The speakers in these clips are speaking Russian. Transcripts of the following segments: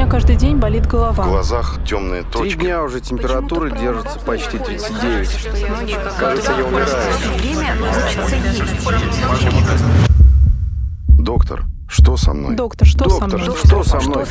каждый день болит голова. В глазах темные точки. 3 дня уже температура держится почти 39. Кажется, я умираю. Доктор, что со мной? Доктор, что со мной? Что со мной?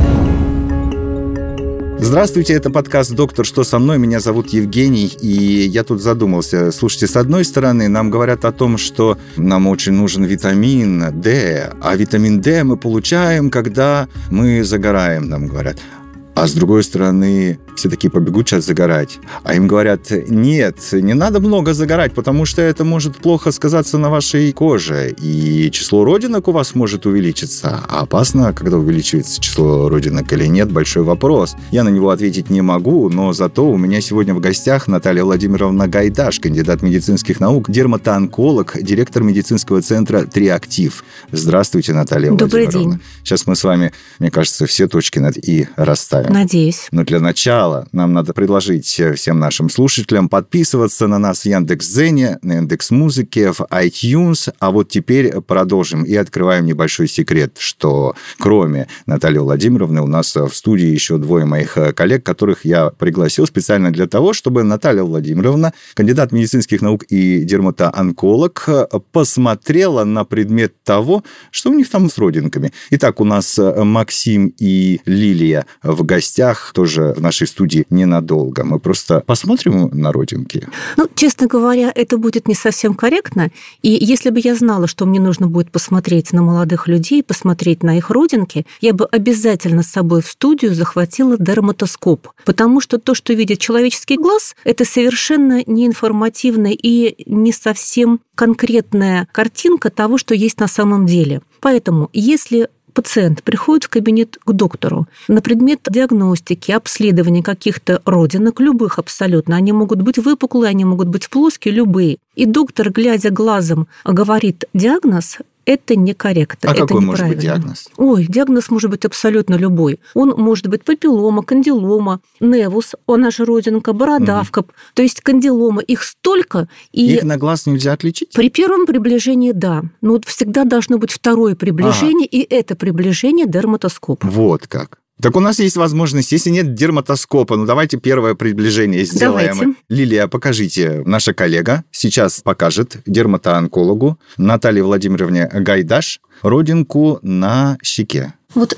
Здравствуйте, это подкаст «Доктор, что со мной?». Меня зовут Евгений, и я тут задумался. Слушайте, с одной стороны, нам говорят о том, что нам очень нужен витамин D, а витамин D мы получаем, когда мы загораем, нам говорят. А с другой стороны, все такие побегут сейчас загорать. А им говорят, нет, не надо много загорать, потому что это может плохо сказаться на вашей коже. И число родинок у вас может увеличиться. А опасно, когда увеличивается число родинок или нет, большой вопрос. Я на него ответить не могу, но зато у меня сегодня в гостях Наталья Владимировна Гайдаш, кандидат медицинских наук, дерматоонколог, директор медицинского центра «Триактив». Здравствуйте, Наталья Добрый Владимировна. день. Сейчас мы с вами, мне кажется, все точки над «и» расставим. Надеюсь. Но для начала нам надо предложить всем нашим слушателям подписываться на нас в Яндекс.Дзене, на Яндекс.Музыке, в iTunes. А вот теперь продолжим и открываем небольшой секрет, что кроме Натальи Владимировны у нас в студии еще 2 моих коллег, которых я пригласил специально для того, чтобы Наталья Владимировна, кандидат медицинских наук и дерматоонколог, посмотрела на предмет того, что у них там с родинками. Итак, у нас Максим и Лилия в гостях, тоже в нашей студии ненадолго. Мы просто посмотрим на родинки. Честно говоря, это будет не совсем корректно. И если бы я знала, что мне нужно будет посмотреть на молодых людей, посмотреть на их родинки, я бы обязательно с собой в студию захватила дерматоскоп. Потому что то, что видит человеческий глаз, это совершенно неинформативная и не совсем конкретная картинка того, что есть на самом деле. Поэтому, если пациент приходит в кабинет к доктору на предмет диагностики, обследования каких-то родинок, любых абсолютно. Они могут быть выпуклые, они могут быть плоские, любые. И доктор, глядя глазом, говорит диагноз, это некорректно, это какой неправильно. может быть диагноз? Диагноз может быть абсолютно любой. Он может быть папиллома, кандилома, невус, она же родинка, бородавка. То есть кандилома, их столько. И их на глаз нельзя отличить? При первом приближении, да. Но всегда должно быть второе приближение, и это приближение дерматоскоп. Вот как. Так у нас есть возможность, если нет дерматоскопа, давайте первое приближение сделаем. Давайте. Лилия, покажите. Наша коллега сейчас покажет дерматоонкологу Наталье Владимировне Гайдаш родинку на щеке.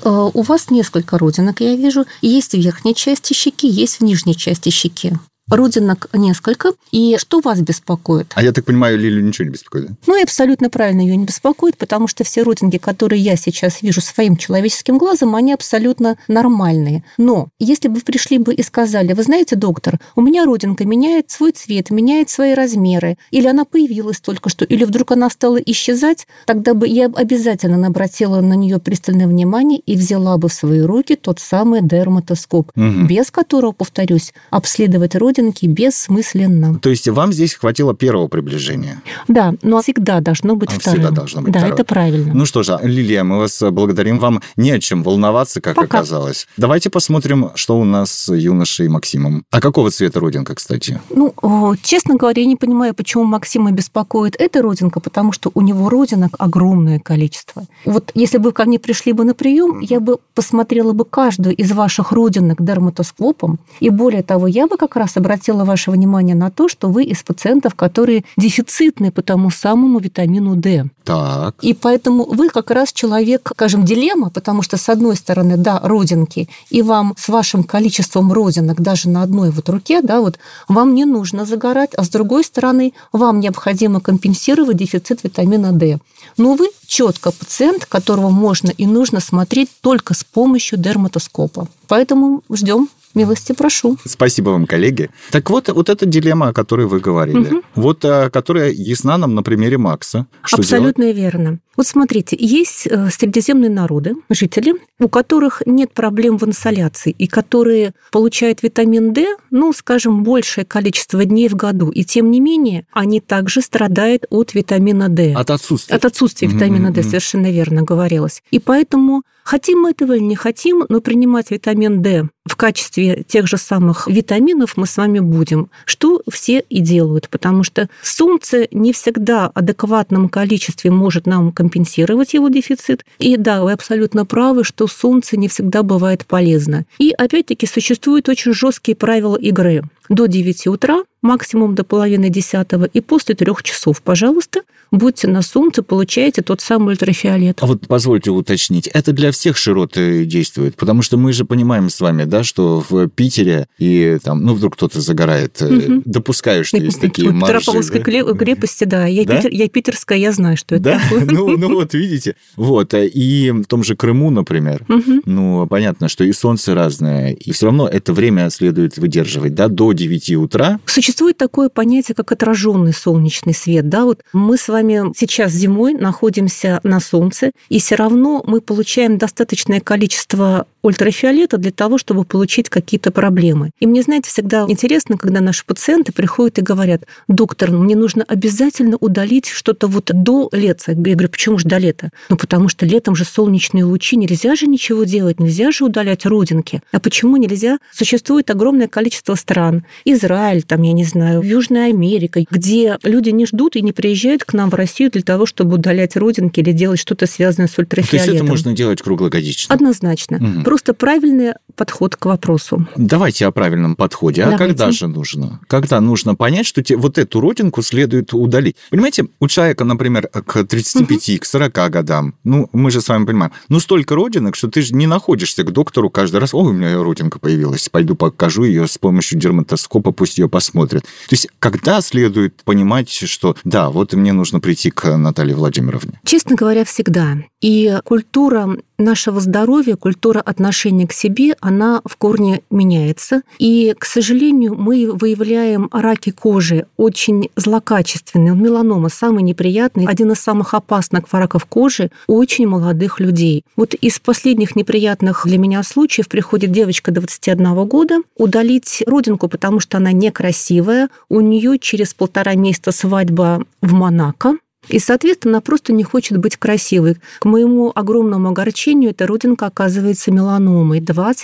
У вас несколько родинок, я вижу. Есть в верхней части щеки, есть в нижней части щеки. Родинок несколько. И что вас беспокоит? А я так понимаю, Лилию ничего не беспокоит, да? И абсолютно правильно ее не беспокоит, потому что все родинки, которые я сейчас вижу своим человеческим глазом, они абсолютно нормальные. Но если бы вы пришли бы и сказали, вы знаете, доктор, у меня родинка меняет свой цвет, меняет свои размеры, или она появилась только что, или вдруг она стала исчезать, тогда бы я обязательно обратила на нее пристальное внимание и взяла бы в свои руки тот самый дерматоскоп, без которого, повторюсь, обследовать родинки бессмысленно. То есть вам здесь хватило первого приближения? Да, но всегда должно быть второе. Всегда должно быть да, второе. Это правильно. Ну что же, Лилия, мы вас благодарим. Вам не о чем волноваться, как оказалось. Давайте посмотрим, что у нас с юношей Максимом. А какого цвета родинка, кстати? Честно говоря, я не понимаю, почему Максима беспокоит эта родинка, потому что у него родинок огромное количество. Если бы вы ко мне пришли бы на прием, я бы посмотрела бы каждую из ваших родинок дерматоскопом, и более того, я бы как раз обратила ваше внимание на то, что вы из пациентов, которые дефицитны по тому самому витамину D. Так. И поэтому вы как раз человек, скажем, дилемма, потому что, с одной стороны, да, родинки, и вам с вашим количеством родинок даже на одной руке, вам не нужно загорать, а с другой стороны, вам необходимо компенсировать дефицит витамина D. Но вы четко пациент, которого можно и нужно смотреть только с помощью дерматоскопа. Поэтому ждем. Милости прошу. Спасибо вам, коллеги. Так вот эта дилемма, о которой вы говорили, которая ясна нам на примере Макса. Что абсолютно делать? Верно. Смотрите, есть средиземные народы, жители, у которых нет проблем в инсоляции, и которые получают витамин D, скажем, большее количество дней в году. И тем не менее, они также страдают от витамина D. От отсутствия. От отсутствия витамина D, совершенно верно говорилось. И поэтому, хотим мы этого или не хотим, но принимать витамин D в качестве тех же самых витаминов мы с вами будем, что все и делают, потому что солнце не всегда в адекватном количестве может нам компенсировать его дефицит. И да, вы абсолютно правы, что солнце не всегда бывает полезно. И опять-таки существуют очень жесткие правила игры. До 9 утра, максимум до половины 10, и после 3 часов, пожалуйста, будьте на солнце, получаете тот самый ультрафиолет. А вот позвольте уточнить, это для всех широт действует? Потому что мы же понимаем с вами, да, что в Питере и там, вдруг кто-то загорает, допускаю, что есть такие маржи. В Петропавловской крепости, да. Я питерская, я знаю, что это такое. Ну вот, видите. Вот, и в том же Крыму, например, понятно, что и солнце разное, и все равно это время следует выдерживать, да, до 9 утра. Существует такое понятие, как отраженный солнечный свет. Да? Вот мы с вами сейчас зимой находимся на солнце, и все равно мы получаем достаточное количество ультрафиолета для того, чтобы получить какие-то проблемы. И мне, знаете, всегда интересно, когда наши пациенты приходят и говорят: доктор, мне нужно обязательно удалить что-то вот до лета. Я говорю, почему же до лета? Потому что летом же солнечные лучи, нельзя же ничего делать, нельзя же удалять родинки. А почему нельзя? Существует огромное количество стран. Израиль, там, я не знаю, Южная Америка, где люди не ждут и не приезжают к нам в Россию для того, чтобы удалять родинки или делать что-то связанное с ультрафиолетом. То есть это можно делать круглогодично? Однозначно. Просто правильный подход к вопросу. Давайте о правильном подходе. А когда же нужно? Когда нужно понять, что вот эту родинку следует удалить? Понимаете, у человека, например, к 35, к 40 годам, мы же с вами понимаем, столько родинок, что ты же не находишься к доктору каждый раз: ой, у меня родинка появилась, пойду покажу ее с помощью дерматоскопа, пусть ее посмотрят. То есть когда следует понимать, что да, вот мне нужно прийти к Наталье Владимировне? Честно говоря, всегда. И культура нашего здоровья, культура отношения к себе, она в корне меняется. И, к сожалению, мы выявляем раки кожи очень злокачественные. Меланома самый неприятный, один из самых опасных раков кожи у очень молодых людей. Вот из последних неприятных для меня случаев приходит девочка 21 года удалить родинку, потому что она некрасивая. У нее через 1,5 месяца свадьба в Монако. И, соответственно, она просто не хочет быть красивой. К моему огромному огорчению, эта родинка оказывается меланомой.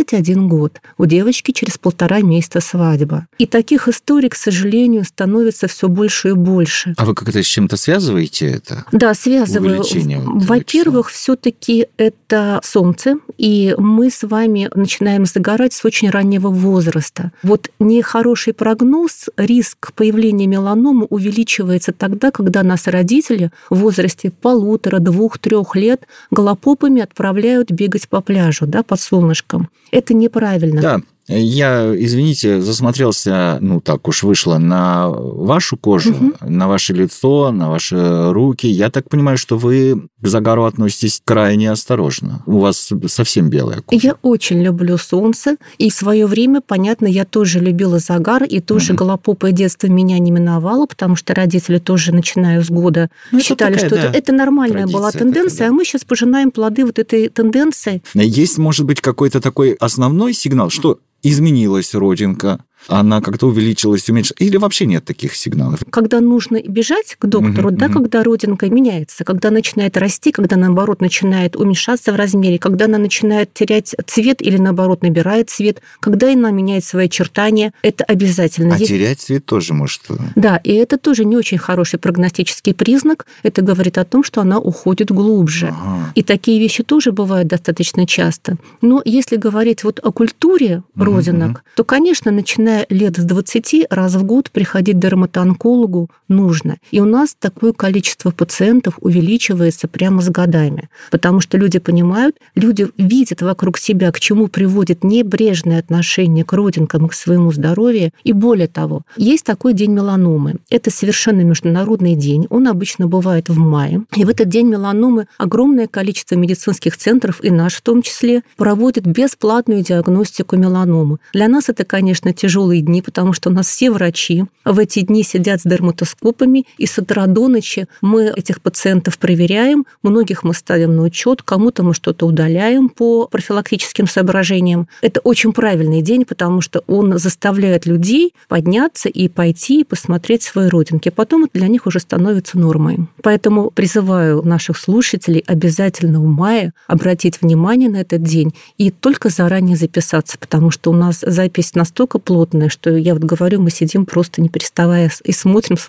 21 год. У девочки через 1,5 месяца свадьба. И таких историй, к сожалению, становится все больше и больше. А вы как-то с чем-то связываете это? Да, связываю. Во-первых, все-таки это солнце, и мы с вами начинаем загорать с очень раннего возраста. Вот нехороший прогноз, риск появления меланомы увеличивается тогда, когда нас родители в возрасте 1,5, 2, 3 лет голопопами отправляют бегать по пляжу, да, под солнышком. Это неправильно. Да. Я, извините, засмотрелся, так уж вышло, на вашу кожу, на ваше лицо, на ваши руки. Я так понимаю, что вы к загару относитесь крайне осторожно. У вас совсем белая кожа. Я очень люблю солнце. И в свое время, понятно, я тоже любила загар, и тоже голопопое детство меня не миновало, потому что родители тоже, начиная с года, считали, что это нормальная была тенденция, а мы сейчас пожинаем плоды вот этой тенденции. Есть, может быть, какой-то такой основной сигнал, что изменилась родинка, она как-то увеличилась, уменьшилась, или вообще нет таких сигналов? Когда нужно бежать к доктору, когда родинка меняется, когда начинает расти, когда, наоборот, начинает уменьшаться в размере, когда она начинает терять цвет или, наоборот, набирает цвет, когда она меняет свои очертания, это обязательно. А терять цвет тоже может? Да, и это тоже не очень хороший прогностический признак. Это говорит о том, что она уходит глубже. И такие вещи тоже бывают достаточно часто. Но если говорить вот о культуре родинок, то, конечно, начиная лет с 20 раз в год приходить к дерматоонкологу нужно. И у нас такое количество пациентов увеличивается прямо с годами. Потому что люди понимают, люди видят вокруг себя, к чему приводит небрежное отношение к родинкам, к своему здоровью. И более того, есть такой день меланомы. Это совершенно международный день. Он обычно бывает в мае. И в этот день меланомы огромное количество медицинских центров, и наш в том числе, проводит бесплатную диагностику меланомы. Для нас это, конечно, тяжело тяжелые дни, потому что у нас все врачи в эти дни сидят с дерматоскопами, и с утра до ночи мы этих пациентов проверяем, многих мы ставим на учет, кому-то мы что-то удаляем по профилактическим соображениям. Это очень правильный день, потому что он заставляет людей подняться и пойти и посмотреть свои родинки. Потом это для них уже становится нормой. Поэтому призываю наших слушателей обязательно в мае обратить внимание на этот день и только заранее записаться, потому что у нас запись настолько плотная, что я вот говорю, мы сидим просто не переставая и смотрим.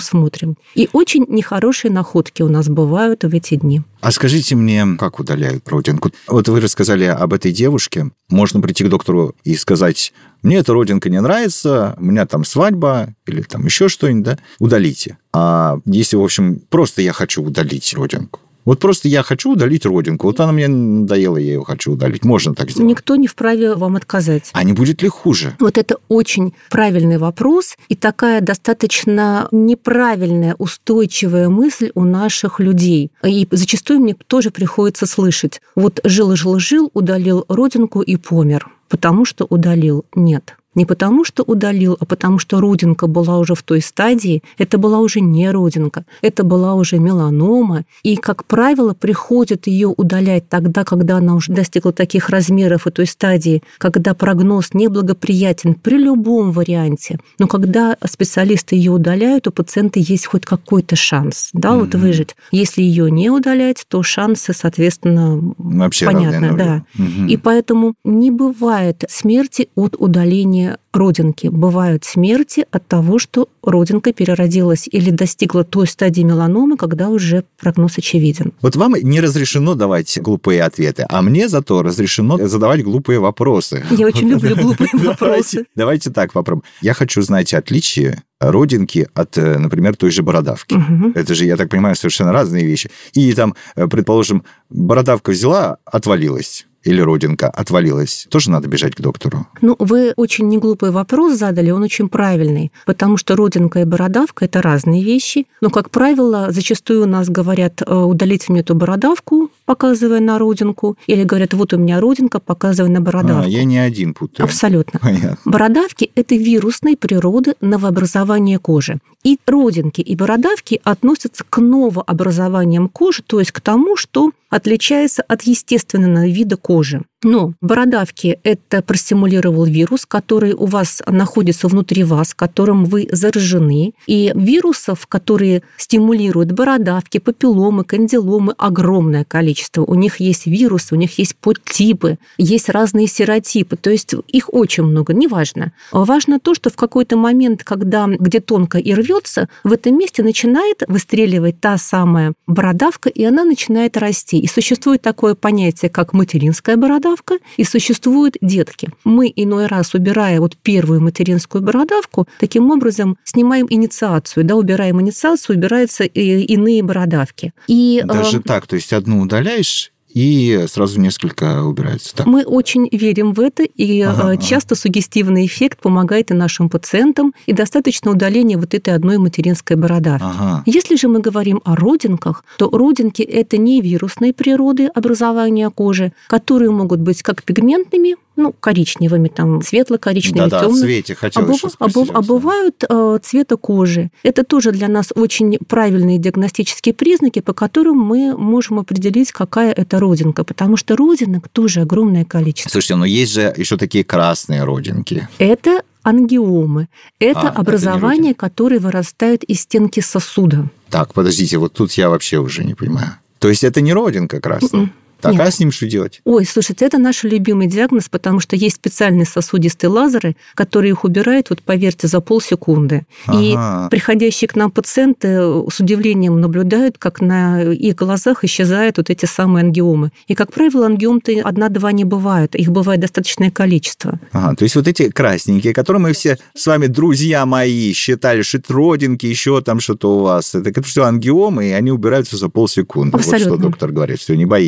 И очень нехорошие находки у нас бывают в эти дни. А скажите мне, как удаляют родинку? Вот вы рассказали об этой девушке. Можно прийти к доктору и сказать: мне эта родинка не нравится, у меня там свадьба или там еще что-нибудь, да? Удалите. А если, в общем, просто я хочу удалить родинку? Вот просто я хочу удалить родинку. Вот она мне надоела, я ее хочу удалить. Можно так сделать? Никто не вправе вам отказать. А не будет ли хуже? Вот это очень правильный вопрос и такая достаточно неправильная, устойчивая мысль у наших людей. И зачастую мне тоже приходится слышать: вот жил, удалил родинку и помер, потому что удалил. Нет. Не потому, что удалил, а потому, что родинка была уже в той стадии, это была уже не родинка, это была уже меланома. И, как правило, приходят ее удалять тогда, когда она уже достигла таких размеров и той стадии, когда прогноз неблагоприятен при любом варианте. Но когда специалисты ее удаляют, у пациента есть хоть какой-то шанс, да, вот выжить. Если ее не удалять, то шансы, соответственно, вообще понятно, да. И поэтому не бывает смерти от удаления родинки. Бывают смерти от того, что родинка переродилась или достигла той стадии меланомы, когда уже прогноз очевиден. Вот вам не разрешено давать глупые ответы, а мне зато разрешено задавать глупые вопросы. Я очень люблю глупые вопросы. Давайте так попробуем. Я хочу знать отличие родинки от, например, той же бородавки. Это же, я так понимаю, совершенно разные вещи. И там, предположим, бородавка взяла, отвалилась. Или родинка отвалилась, тоже надо бежать к доктору? Ну, вы очень неглупый вопрос задали, он очень правильный, потому что родинка и бородавка – это разные вещи. Но, как правило, зачастую у нас говорят: удалите мне эту бородавку, показывая на родинку, или говорят: вот у меня родинка, показывая на бородавку. Я не один путаю. Абсолютно. Понятно. Бородавки – это вирусной природы новообразования кожи. И родинки, и бородавки относятся к новообразованиям кожи, то есть к тому, что отличается от естественного вида кожи. Но бородавки – это простимулировал вирус, который у вас находится внутри вас, которым вы заражены. И вирусов, которые стимулируют бородавки, папилломы, кандиломы, огромное количество. У них есть вирусы, у них есть подтипы, есть разные серотипы. То есть их очень много, неважно. Важно то, что в какой-то момент, где тонко и рвется, в этом месте начинает выстреливать та самая бородавка, и она начинает расти. И существует такое понятие, как материнская бородавка, и существуют детки. Мы иной раз, убирая вот первую материнскую бородавку, таким образом снимаем инициацию, да, убираем инициацию, убираются иные бородавки. И, даже так, то есть одну удаляешь, и сразу несколько убирается. Так. Мы очень верим в это, и часто суггестивный эффект помогает и нашим пациентам, и достаточно удаления вот этой одной материнской бородавки. Если же мы говорим о родинках, то родинки – это не вирусной природы образования кожи, которые могут быть как пигментными, коричневыми, светло-коричневыми, темными. Цвете хотелось еще спросить. А бывают цвета кожи. Это тоже для нас очень правильные диагностические признаки, по которым мы можем определить, какая это родинка, потому что родинок тоже огромное количество. Слушайте, но есть же еще такие красные родинки. Это ангиомы. Это образование, которое вырастает из стенки сосуда. Так, подождите, вот тут я вообще уже не понимаю. То есть это не родинка красная? Так, Нет. А с ним что делать? Ой, слушайте, это наш любимый диагноз, потому что есть специальные сосудистые лазеры, которые их убирают, вот поверьте, за полсекунды. И приходящие к нам пациенты с удивлением наблюдают, как на их глазах исчезают вот эти самые ангиомы. И, как правило, ангиом-то 1-2 не бывает, их бывает достаточное количество. То есть вот эти красненькие, которые мы все с вами, друзья мои, считали, что это родинки, еще там что-то у вас, это все ангиомы, и они убираются за полсекунды. Абсолютно. Вот что доктор говорит, все, не боимся.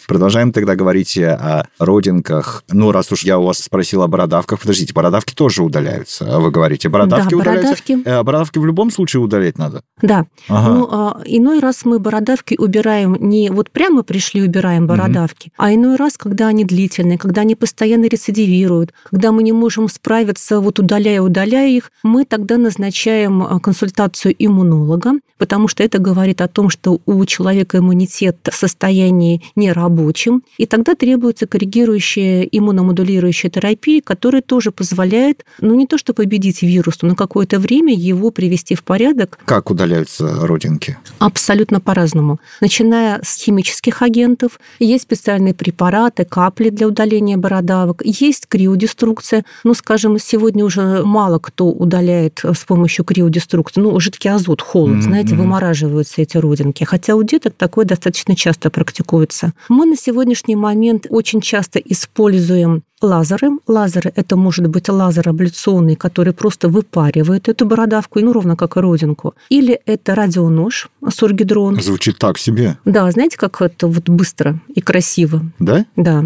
Продолжаем тогда говорить о родинках. Ну, раз уж я у вас спросил о бородавках, подождите, бородавки тоже удаляются, вы говорите. Бородавки удаляются? Бородавки в любом случае удалять надо? Да. Ага. Но иной раз мы бородавки убираем не вот прямо пришли, убираем бородавки, а иной раз, когда они длительные, когда они постоянно рецидивируют, когда мы не можем справиться, вот удаляя их, мы тогда назначаем консультацию иммунолога, потому что это говорит о том, что у человека иммунитет в состоянии нерабочем, и тогда требуется корректирующая иммуномодулирующая терапия, которая тоже позволяет, ну, не то что победить вирус, но на какое-то время его привести в порядок. Как удаляются родинки? Абсолютно по-разному. Начиная с химических агентов, есть специальные препараты, капли для удаления бородавок, есть криодеструкция. Ну, скажем, сегодня уже мало кто удаляет с помощью криодеструкции. Ну, жидкий азот, холод, знаете, вымораживаются эти родинки. Хотя у деток такое достаточно часто практикуется. Мы на сегодняшний момент очень часто используем лазеры. Лазеры – это может быть лазер абляционный, который просто выпаривает эту бородавку, ну, ровно как и родинку. Или это радионож, сургидрон. Звучит так себе. Да, знаете, как это вот быстро и красиво. Да? Да.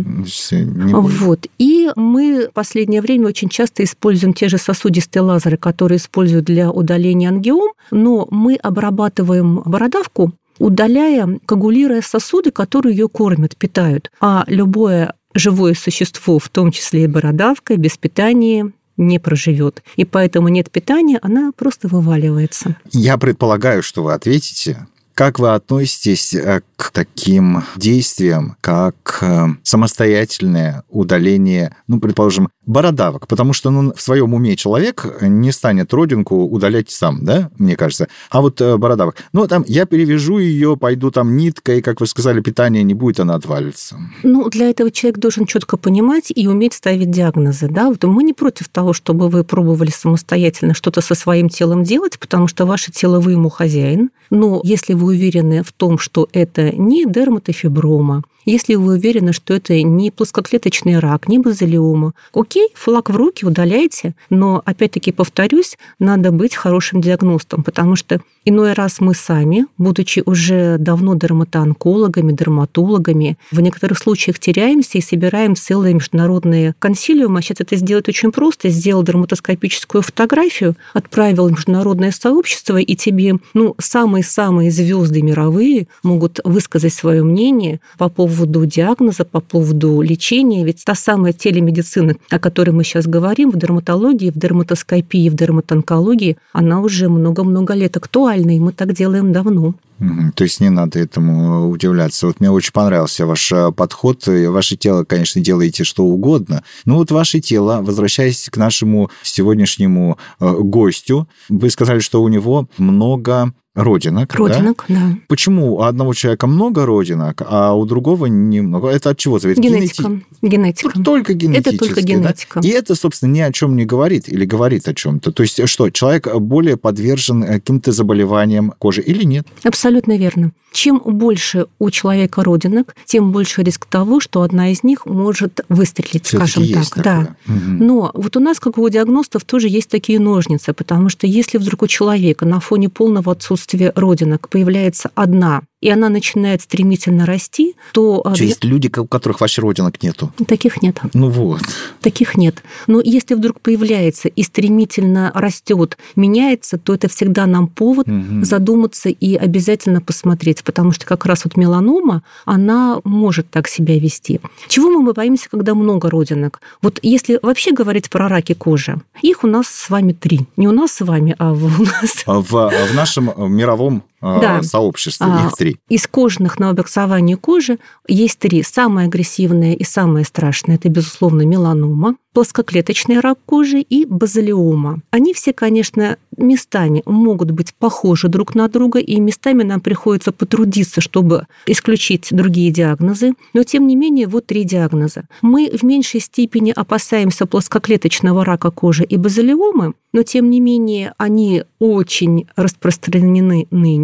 Вот. И мы в последнее время очень часто используем те же сосудистые лазеры, которые используют для удаления ангиом, но мы обрабатываем бородавку, удаляя, коагулируя сосуды, которые ее кормят, питают. А любое живое существо, в том числе и бородавка, без питания не проживет. И поэтому нет питания, она просто вываливается. Я предполагаю, что вы ответите. Как вы относитесь к таким действиям, как самостоятельное удаление, ну, предположим, бородавок? Потому что, ну, в своем уме человек не станет родинку удалять сам, да, мне кажется. А вот бородавок, ну, там, я перевяжу ее, пойду там ниткой, как вы сказали, питания не будет, она отвалится. Ну, для этого человек должен четко понимать и уметь ставить диагнозы, да. Вот мы не против того, чтобы вы пробовали самостоятельно что-то со своим телом делать, потому что ваше тело, вы ему хозяин. Но если вы уверены в том, что это не дерматофиброма, если вы уверены, что это не плоскоклеточный рак, не базилиома, окей, флаг в руки, удаляйте. Но, опять-таки, повторюсь, надо быть хорошим диагностом, потому что иной раз мы сами, будучи уже давно дерматоонкологами, дерматологами, в некоторых случаях теряемся и собираем целые международные консилиумы. А сейчас это сделать очень просто. Сделал дерматоскопическую фотографию, отправил в международное сообщество, и тебе, ну, самые-самые звезды мировые могут высказать свое мнение по поводу диагноза, по поводу лечения. Ведь та самая телемедицина, о которой мы сейчас говорим, в дерматологии, в дерматоскопии, в дерматоонкологии, она уже много-много лет актуальна, и мы так делаем давно. То есть не надо этому удивляться. Вот мне очень понравился ваш подход. Ваше тело, конечно, делаете что угодно. Но вот ваше тело, возвращаясь к нашему сегодняшнему гостю, вы сказали, что у него много родинок. Родинок, да. Почему у одного человека много родинок, а у другого немного? Это от чего зависит? Генетика. Только генетически. Это только генетика. Да? И это, собственно, ни о чем не говорит или говорит о чем-то. То есть что, человек более подвержен каким-то заболеваниям кожи или нет? Абсолютно верно. Чем больше у человека родинок, тем больше риск того, что одна из них может выстрелить, скажем так. Да. Но вот у нас, как у диагностов, тоже есть такие ножницы, потому что если вдруг у человека на фоне полного отсутствия родинок появляется одна, и она начинает стремительно расти, то... Есть люди, у которых вообще родинок нету? Таких нет. Ну вот. Таких нет. Но если вдруг появляется и стремительно растет, меняется, то это всегда нам повод задуматься и обязательно посмотреть, потому что как раз вот меланома, она может так себя вести. Чего мы боимся, когда много родинок? Вот если вообще говорить про раки кожи, их у нас с вами 3. Не у нас с вами, а у нас... В нашем мировом сообществе их 3. Из кожных новообразований кожи есть 3. Самое агрессивное и самое страшное – это, безусловно, меланома, плоскоклеточный рак кожи и базилиома. Они все, конечно, местами могут быть похожи друг на друга, и местами нам приходится потрудиться, чтобы исключить другие диагнозы. Но, тем не менее, вот 3 диагноза. Мы в меньшей степени опасаемся плоскоклеточного рака кожи и базилиомы, но, тем не менее, они очень распространены ныне.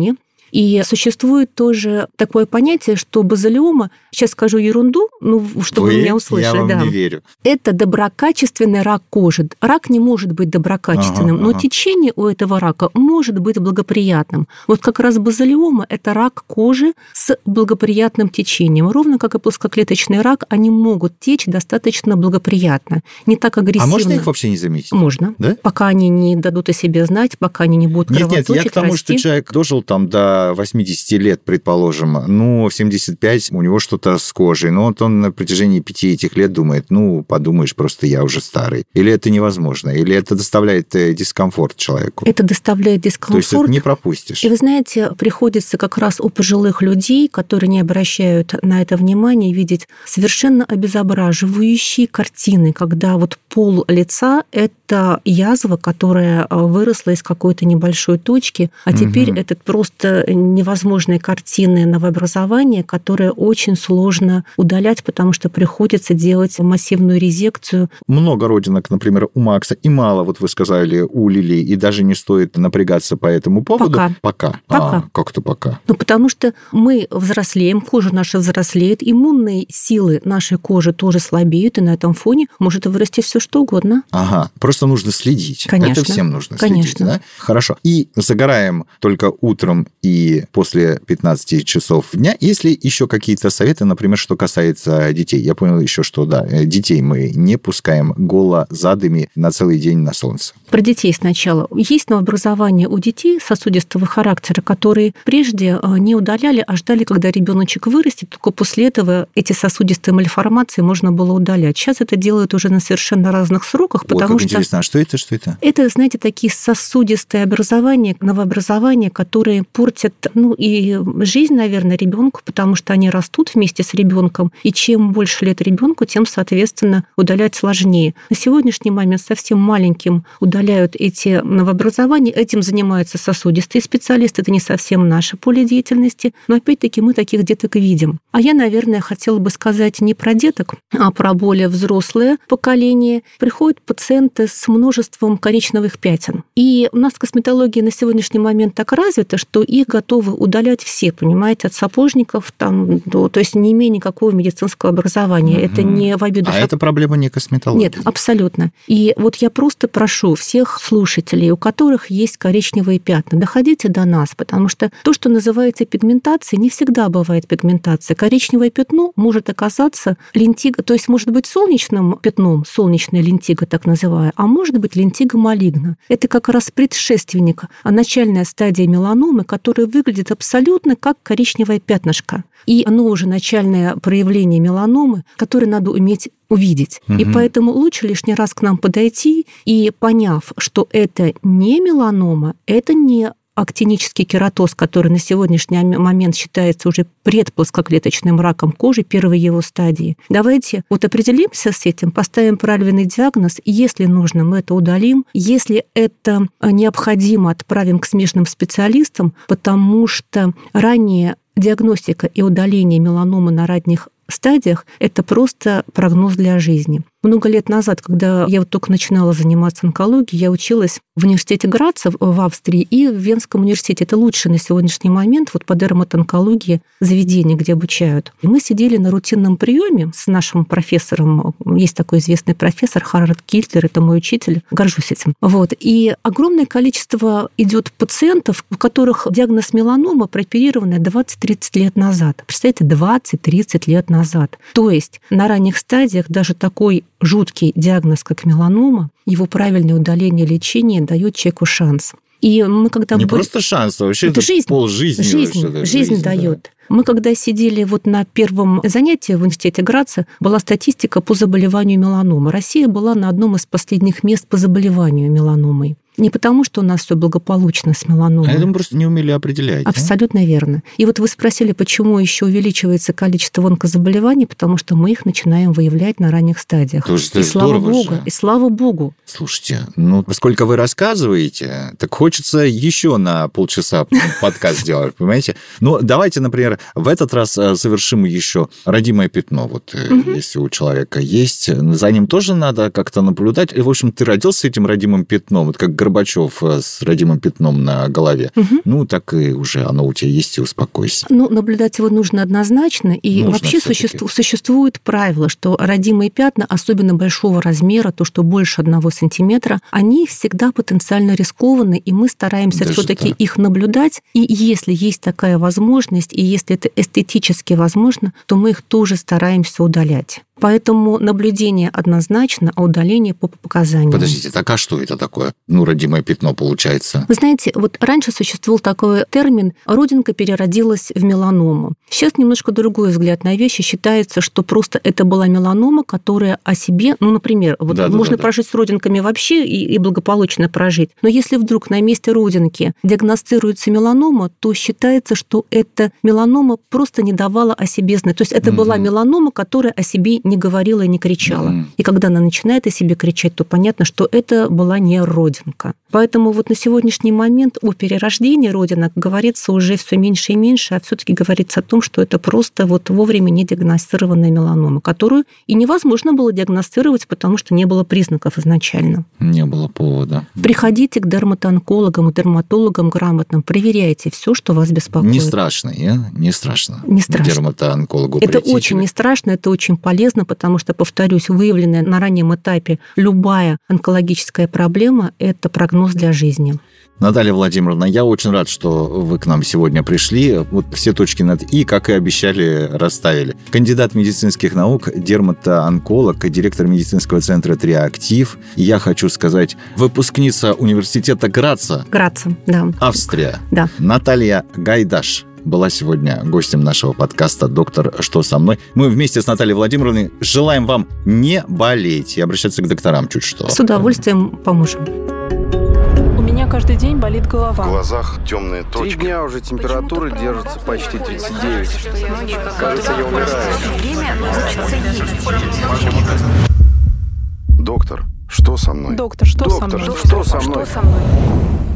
И существует тоже такое понятие, что базилиома, сейчас скажу ерунду, чтобы вы меня услышали. Я вам не верю. Это доброкачественный рак кожи. Рак не может быть доброкачественным, но течение у этого рака может быть благоприятным. Вот как раз базилиома – это рак кожи с благоприятным течением. Ровно как и плоскоклеточный рак, они могут течь достаточно благоприятно, не так агрессивно. А можно их вообще не заметить? Можно. Да? Пока они не дадут о себе знать, пока они не будут кровоточить, Нет, я к тому, расти. что человек дожил там до 80 лет, предположим, в 75 у него что-то с кожей, но вот он на протяжении 5 этих лет думает, подумаешь, просто я уже старый. Или это невозможно, или это доставляет дискомфорт человеку. Это доставляет дискомфорт. То есть это не пропустишь. И вы знаете, приходится как раз у пожилых людей, которые не обращают на это внимания, видеть совершенно обезображивающие картины, когда вот пол лица – это язва, которая выросла из какой-то небольшой точки, а теперь это просто невозможные картины новообразования, которые очень сложно удалять, потому что приходится делать массивную резекцию. Много родинок, например, у Макса, и мало, вот вы сказали, у Лили, и даже не стоит напрягаться по этому поводу. Пока. Как-то пока. Потому что мы взрослеем, кожа наша взрослеет, иммунные силы нашей кожи тоже слабеют, и на этом фоне может вырасти все что угодно. Ага, просто нужно следить. Конечно. Это всем нужно следить, да? Хорошо. И загораем только утром и после 15 часов дня. Есть ли еще какие-то советы, например, что касается детей? Я понял еще, что детей мы не пускаем голозадыми на целый день на солнце. Про детей сначала. Есть новообразования у детей сосудистого характера, которые прежде не удаляли, а ждали, когда ребеночек вырастет, только после этого эти сосудистые мальформации можно было удалять. Сейчас это делают уже на совершенно разных сроках, потому что... Интересно, а что это? Это, знаете, такие сосудистые образования, новообразования, которые портят, и жизнь, наверное, ребенку, потому что они растут вместе с ребенком, и чем больше лет ребенку, тем, соответственно, удалять сложнее. На сегодняшний момент совсем маленьким удаляют эти новообразования, этим занимаются сосудистые специалисты, это не совсем наше поле деятельности, но опять-таки мы таких деток видим. А я, наверное, хотела бы сказать не про деток, а про более взрослое поколение. Приходят пациенты с множеством коричневых пятен. И у нас косметология на сегодняшний момент так развита, что их готовы удалять все, понимаете, от сапожников, то есть не имея никакого медицинского образования. Это не в обиду. Это проблема не косметологии? Нет, абсолютно. И вот я просто прошу всех слушателей, у которых есть коричневые пятна, доходите до нас, потому что то, что называется пигментацией, не всегда бывает пигментация. Коричневое пятно может оказаться лентиго, то есть может быть солнечным пятном, солнечная лентиго так называемая, а может быть лентиго малигна. Это как раз предшественник, начальная стадия меланомы, которая выглядит абсолютно как коричневое пятнышко. И оно уже начальное проявление меланомы, которое надо уметь увидеть. И поэтому лучше лишний раз к нам подойти и, поняв, что это не меланома, это не актинический кератоз, который на сегодняшний момент считается уже предплоскоклеточным раком кожи первой его стадии. Давайте определимся с этим, поставим правильный диагноз, и если нужно, мы это удалим. Если это необходимо, отправим к смежным специалистам, потому что ранее диагностика и удаление меланомы на ранних стадиях – это просто прогноз для жизни. Много лет назад, когда я только начинала заниматься онкологией, я училась в университете Граца в Австрии и в Венском университете. Это лучшее на сегодняшний момент по дерматонкологии заведение, где обучают. И мы сидели на рутинном приеме с нашим профессором. Есть такой известный профессор Харальд Кильтлер, это мой учитель, горжусь этим. И огромное количество идет пациентов, у которых диагноз меланома прооперированная 20-30 лет назад. Представляете, 20-30 лет назад. То есть на ранних стадиях даже такой жуткий диагноз, как меланома, его правильное удаление, лечение дает человеку шанс. И мы когда не просто шанс, а вообще это полжизни. Жизнь дает. Да. Мы когда сидели на первом занятии в университете Граца, была статистика по заболеванию меланомы. Россия была на одном из последних мест по заболеванию меланомой. Не потому, что у нас все благополучно с меланомой. А это мы просто не умели определять. Абсолютно верно. И вы спросили, почему еще увеличивается количество онкозаболеваний, потому что мы их начинаем выявлять на ранних стадиях. И слава Богу. И слава Богу. Слушайте, поскольку вы рассказываете, так хочется еще на полчаса подкаст сделать, понимаете? Давайте, например, доктор. В этот раз завершим еще родимое пятно. Вот если у человека есть, за ним тоже надо как-то наблюдать. И, в общем, ты родился с этим родимым пятном, вот как Горбачев с родимым пятном на голове. Ну, так и уже оно у тебя есть, и успокойся. Ну, наблюдать его нужно однозначно. И вообще существует правило, что родимые пятна, особенно большого размера, то, что больше 1 сантиметра, они всегда потенциально рискованны, и мы стараемся все-таки их наблюдать. И если есть такая возможность, и если это эстетически возможно, то мы их тоже стараемся удалять. Поэтому наблюдение однозначно, а удаление по показаниям. Подождите, так а что это такое? Ну, родимое пятно получается. Вы знаете, вот раньше существовал такой термин «родинка переродилась в меланому». Сейчас немножко другой взгляд на вещи. Считается, что просто это была меланома, которая о себе, ну, например, можно прожить с родинками вообще и благополучно прожить. Но если вдруг на месте родинки диагностируется меланома, то считается, что эта меланома просто не давала о себе знать. То есть это была меланома, которая о себе не говорила и не кричала. И когда она начинает о себе кричать, то понятно, что это была не родинка. Поэтому вот на сегодняшний момент о перерождении родинок говорится уже все меньше и меньше, а все-таки говорится о том, что это просто вот вовремя не диагностированная меланома, которую и невозможно было диагностировать, потому что не было признаков изначально. Не было повода. Приходите к дерматоонкологам и дерматологам грамотным, проверяйте все, что вас беспокоит. Не страшно, не страшно. Не страшно. Дерматоонкологу это прийти. Очень не страшно, это очень полезно, потому что, повторюсь, выявленная на раннем этапе любая онкологическая проблема – это прогноз для жизни. Наталья Владимировна, я очень рад, что вы к нам сегодня пришли. Вот все точки над «и», как и обещали, расставили. Кандидат медицинских наук, дерматоонколог, директор медицинского центра «Триактив». И я хочу сказать, выпускница университета Граца. Граца, да. Австрия. Да. Наталья Гайдаш была сегодня гостем нашего подкаста «Доктор, что со мной?». Мы вместе с Натальей Владимировной желаем вам не болеть и обращаться к докторам чуть что. С удовольствием поможем. У меня каждый день болит голова. В глазах темные 3 точки. дня уже температура держится почти 39. Кажется, я умираю. Доктор, что со мной? Доктор, что со мной? Доктор, что со мной?